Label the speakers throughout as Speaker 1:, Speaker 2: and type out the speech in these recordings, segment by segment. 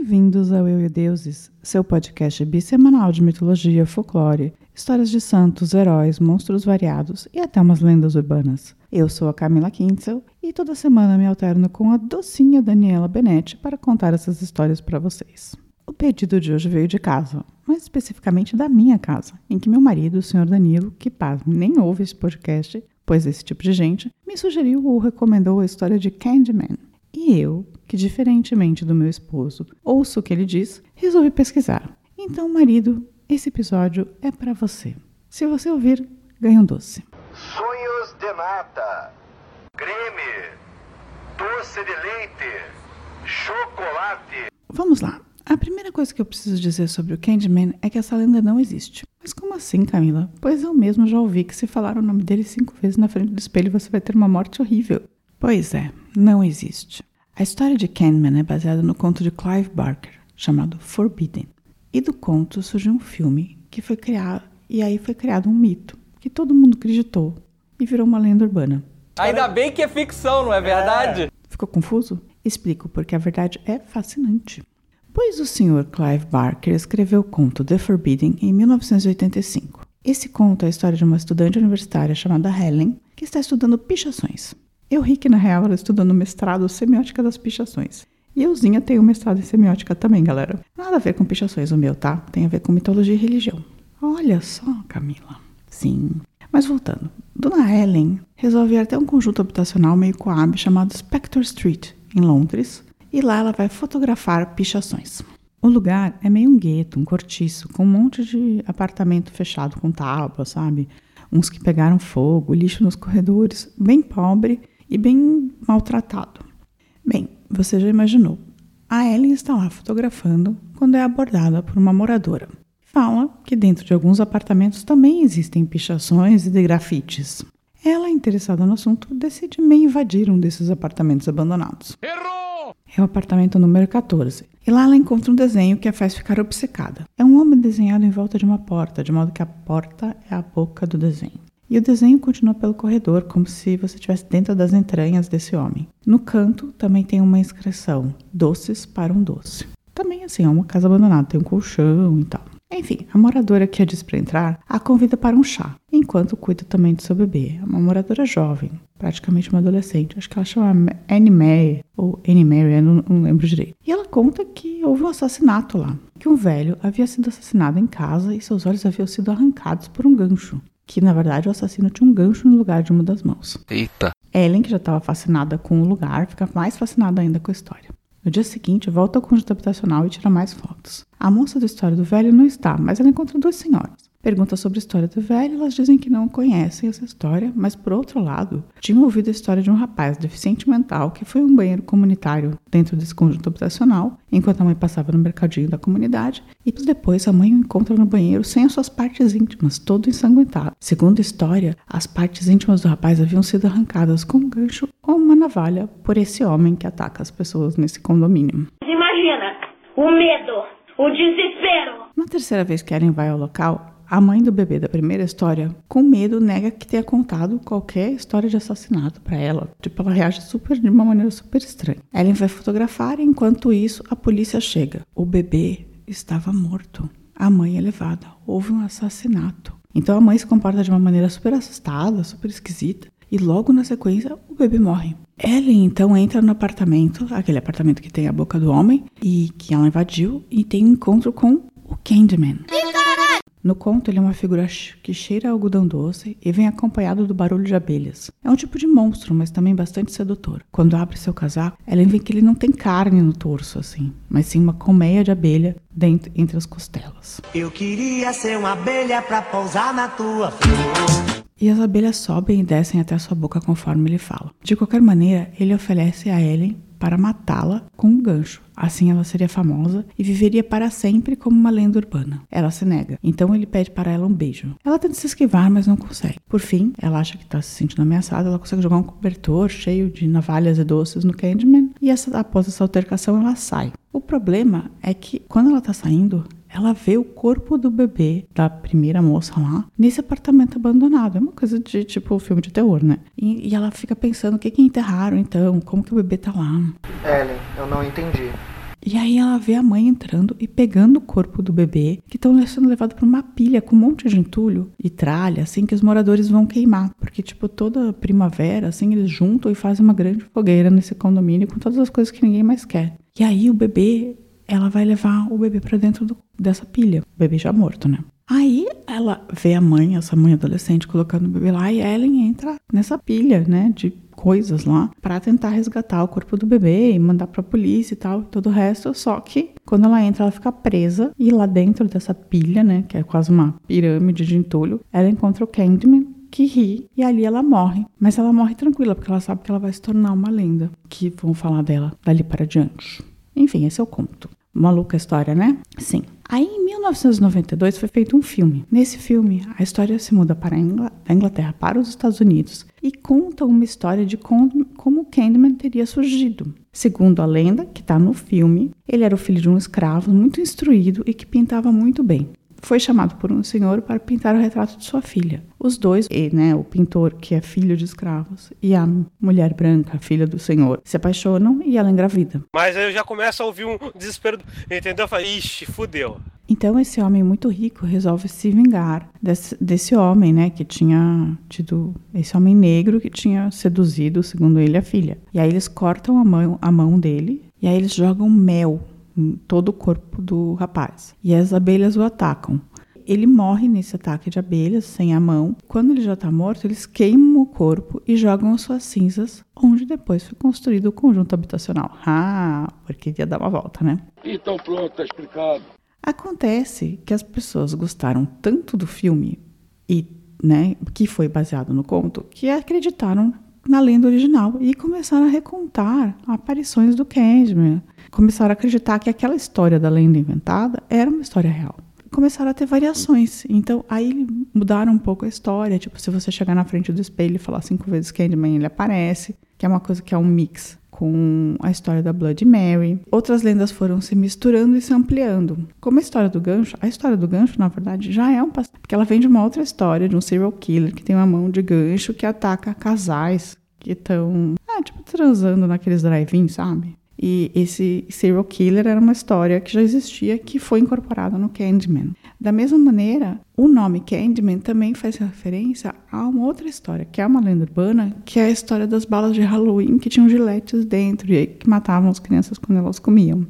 Speaker 1: Bem-vindos ao Eu e Deuses, seu podcast bissemanal de mitologia, folclore, histórias de santos, heróis, monstros variados e até umas lendas urbanas. Eu sou a Camila Kintzel e toda semana me alterno com a docinha Daniela Benetti para contar essas histórias para vocês. O pedido de hoje veio de casa, mais especificamente da minha casa, em que meu marido, o Sr. Danilo, que pasme, nem ouve esse podcast, pois esse tipo de gente, me sugeriu ou recomendou a história de Candyman. E eu, que diferentemente do meu esposo, ouço o que ele diz, resolvi pesquisar. Então, marido, esse episódio é para você. Se você ouvir, ganha um doce.
Speaker 2: Sonhos de nata, creme, doce de leite, chocolate.
Speaker 1: Vamos lá. A primeira coisa que eu preciso dizer sobre o Candyman é que essa lenda não existe. Mas como assim, Camila? Pois eu mesmo já ouvi que se falar o nome dele 5 vezes na frente do espelho você vai ter uma morte horrível. Pois é, não existe. A história de Candyman é baseada no conto de Clive Barker, chamado Forbidden. E do conto surgiu um filme que foi criado, e aí foi criado um mito, que todo mundo acreditou, e virou uma lenda urbana.
Speaker 3: Ainda bem que é ficção, não é verdade?
Speaker 1: Ficou confuso? Explico, porque a verdade é fascinante. Pois o Sr. Clive Barker escreveu o conto The Forbidden em 1985. Esse conto é a história de uma estudante universitária chamada Helen, que está estudando pichações. Eu ri que, na real, ela estudando mestrado semiótica das pichações. E euzinha tem um mestrado em semiótica também, galera. Nada a ver com pichações o meu, tá? Tem a ver com mitologia e religião. Olha só, Camila. Sim. Mas voltando. Dona Helen resolve ir até um conjunto habitacional meio coab chamado Spector Street, em Londres. E lá ela vai fotografar pichações. O lugar é meio um gueto, um cortiço, com um monte de apartamento fechado com tábua, sabe? Uns que pegaram fogo, lixo nos corredores, bem pobre e bem maltratado. Bem, você já imaginou. A Ellen está lá fotografando quando é abordada por uma moradora. Fala que dentro de alguns apartamentos também existem pichações e grafites. Ela, interessada no assunto, decide meio invadir um desses apartamentos abandonados.
Speaker 3: Errou!
Speaker 1: É o apartamento número 14. E lá ela encontra um desenho que a faz ficar obcecada. É um homem desenhado em volta de uma porta, de modo que a porta é a boca do desenho. E o desenho continua pelo corredor, como se você estivesse dentro das entranhas desse homem. No canto também tem uma inscrição, doces para um doce. Também assim, é uma casa abandonada, tem um colchão e tal. Enfim, a moradora que a diz para entrar a convida para um chá, enquanto cuida também do seu bebê. É uma moradora jovem, praticamente uma adolescente. Acho que ela chama Annie Mary, ou Annie Mary, eu não lembro direito. E ela conta que houve um assassinato lá, que um velho havia sido assassinado em casa e seus olhos haviam sido arrancados por um gancho. Que, na verdade, o assassino tinha um gancho no lugar de uma das mãos.
Speaker 3: Eita!
Speaker 1: Ellen, que já estava fascinada com o lugar, fica mais fascinada ainda com a história. No dia seguinte, volta ao conjunto habitacional e tira mais fotos. A moça da história do velho não está, mas ela encontra 2 senhoras. Pergunta sobre a história do velho e elas dizem que não conhecem essa história, mas, por outro lado, tinham ouvido a história de um rapaz deficiente mental que foi a um banheiro comunitário dentro desse conjunto habitacional, enquanto a mãe passava no mercadinho da comunidade, e depois a mãe o encontra no banheiro sem as suas partes íntimas, todo ensanguentado. Segundo a história, as partes íntimas do rapaz haviam sido arrancadas com um gancho ou uma navalha por esse homem que ataca as pessoas nesse condomínio.
Speaker 4: Imagina o medo, o desespero.
Speaker 1: Na terceira vez que Ellen vai ao local, a mãe do bebê da primeira história, com medo, nega que tenha contado qualquer história de assassinato para ela. Tipo, ela reage de uma maneira super estranha. Ellen vai fotografar e, enquanto isso, a polícia chega. O bebê estava morto. A mãe é levada. Houve um assassinato. Então a mãe se comporta de uma maneira super assustada, super esquisita. E logo na sequência, o bebê morre. Ellen, então, entra no apartamento, aquele apartamento que tem a boca do homem, e que ela invadiu, e tem um encontro com o Candyman. No conto, ele é uma figura que cheira a algodão doce e vem acompanhado do barulho de abelhas. É um tipo de monstro, mas também bastante sedutor. Quando abre seu casaco, ela vê que ele não tem carne no torso, assim, mas sim uma colmeia de abelha dentro, entre as costelas.
Speaker 5: Eu queria ser uma abelha pra pousar na tua flor.
Speaker 1: E as abelhas sobem e descem até a sua boca conforme ele fala. De qualquer maneira, ele oferece a Ellen para matá-la com um gancho. Assim ela seria famosa e viveria para sempre como uma lenda urbana. Ela se nega, então ele pede para ela um beijo. Ela tenta se esquivar, mas não consegue. Por fim, ela acha que está se sentindo ameaçada, ela consegue jogar um cobertor cheio de navalhas e doces no Candyman e após essa altercação ela sai. O problema é que quando ela está saindo, ela vê o corpo do bebê da primeira moça lá nesse apartamento abandonado. É uma coisa de tipo filme de terror, né? E ela fica pensando o que enterraram então, como que o bebê tá lá.
Speaker 6: Ellen, eu não entendi.
Speaker 1: E aí ela vê a mãe entrando e pegando o corpo do bebê, que estão sendo levado para uma pilha com um monte de entulho e tralha, assim, que os moradores vão queimar. Porque, tipo, toda primavera, assim, eles juntam e fazem uma grande fogueira nesse condomínio com todas as coisas que ninguém mais quer. E aí o bebê, ela vai levar o bebê para dentro dessa pilha. O bebê já morto, né? Aí ela vê a mãe, essa mãe adolescente, colocando o bebê lá, e Ellen entra nessa pilha, né, de coisas lá, pra tentar resgatar o corpo do bebê e mandar pra polícia e tal, e todo o resto. Só que quando ela entra, ela fica presa, e lá dentro dessa pilha, né, que é quase uma pirâmide de entulho, ela encontra o Candyman, que ri, e ali ela morre. Mas ela morre tranquila, porque ela sabe que ela vai se tornar uma lenda, que vão falar dela dali para diante. Enfim, esse é o conto. Maluca a história, né? Sim. Aí, em 1992, foi feito um filme. Nesse filme, a história se muda da Inglaterra para os Estados Unidos e conta uma história de como o Candyman teria surgido. Segundo a lenda, que está no filme, ele era o filho de um escravo muito instruído e que pintava muito bem. Foi chamado por um senhor para pintar o retrato de sua filha. Os dois, o pintor, que é filho de escravos, e a mulher branca, filha do senhor, se apaixonam e ela engravida.
Speaker 6: Mas aí eu já começo a ouvir um desespero, entendeu? Eu falei, ixi, fudeu.
Speaker 1: Então esse homem muito rico resolve se vingar desse homem, né, que tinha tido, esse homem negro que tinha seduzido, segundo ele, a filha. E aí eles cortam a mão dele, e aí eles jogam mel em todo o corpo do rapaz. E as abelhas o atacam. Ele morre nesse ataque de abelhas, sem a mão. Quando ele já está morto, eles queimam o corpo e jogam as suas cinzas, onde depois foi construído o conjunto habitacional. Porque ia dar uma volta, né?
Speaker 7: Então pronto, tá explicado.
Speaker 1: Acontece que as pessoas gostaram tanto do filme, e, né, que foi baseado no conto, que acreditaram na lenda original e começaram a recontar aparições do Candyman. Começaram a acreditar que aquela história da lenda inventada era uma história real. Começaram a ter variações. Então, aí mudaram um pouco a história. Tipo, se você chegar na frente do espelho e falar 5 vezes Candyman, ele aparece. Que é uma coisa que é um mix com a história da Bloody Mary. Outras lendas foram se misturando e se ampliando. Como a história do gancho, na verdade, já é um passado. Porque ela vem de uma outra história, de um serial killer que tem uma mão de gancho que ataca casais que estão, transando naqueles drive-in, sabe? E esse serial killer era uma história que já existia, que foi incorporada no Candyman. Da mesma maneira, o nome Candyman também faz referência a uma outra história, que é uma lenda urbana, que é a história das balas de Halloween que tinham giletes dentro e que matavam as crianças quando elas comiam.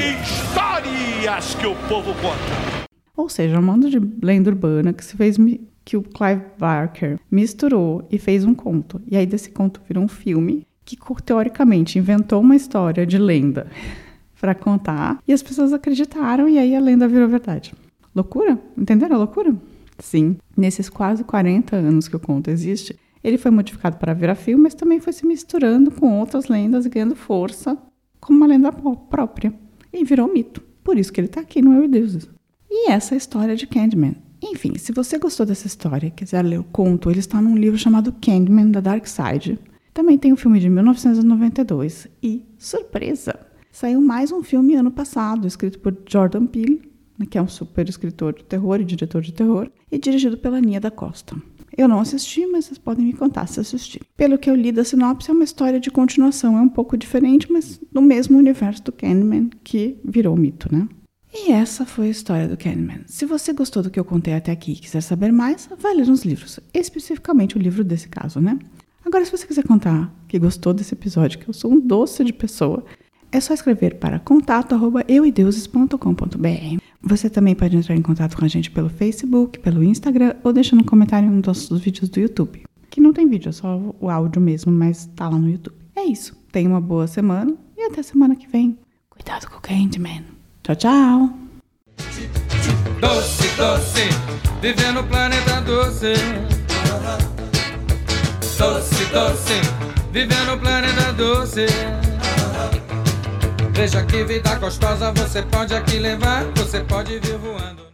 Speaker 6: Histórias que o povo conta.
Speaker 1: Ou seja, um monte de lenda urbana que o Clive Barker misturou e fez um conto. E aí desse conto virou um filme que teoricamente inventou uma história de lenda para contar, e as pessoas acreditaram, e aí a lenda virou verdade. Loucura? Entenderam a loucura? Sim. Nesses quase 40 anos que o conto existe, ele foi modificado para virar filme, mas também foi se misturando com outras lendas e ganhando força como uma lenda própria. E virou mito. Por isso que ele está aqui no Eu e Deuses. E essa é a história de Candyman. Enfim, se você gostou dessa história e quiser ler o conto, ele está num livro chamado Candyman, da Dark Side. Também tem o filme de 1992 e, surpresa, saiu mais um filme ano passado, escrito por Jordan Peele, que é um super escritor de terror e diretor de terror, e dirigido pela Nia da Costa. Eu não assisti, mas vocês podem me contar se assistirem. Pelo que eu li da sinopse, é uma história de continuação, é um pouco diferente, mas no mesmo universo do Candyman, que virou mito, né? E essa foi a história do Candyman. Se você gostou do que eu contei até aqui e quiser saber mais, vai ler uns livros, especificamente o livro desse caso, né? Agora, se você quiser contar que gostou desse episódio, que eu sou um doce de pessoa, é só escrever para contato@euideuses.com.br. Você também pode entrar em contato com a gente pelo Facebook, pelo Instagram ou deixando um comentário em um dos nossos vídeos do YouTube. Que não tem vídeo, é só o áudio mesmo, mas tá lá no YouTube. É isso. Tenha uma boa semana e até semana que vem. Cuidado com o Candyman. Tchau, tchau.
Speaker 8: Doce, doce, viver no planeta doce. Doce, doce, viver no planeta doce. Veja que vida gostosa você pode aqui levar, você pode vir voando.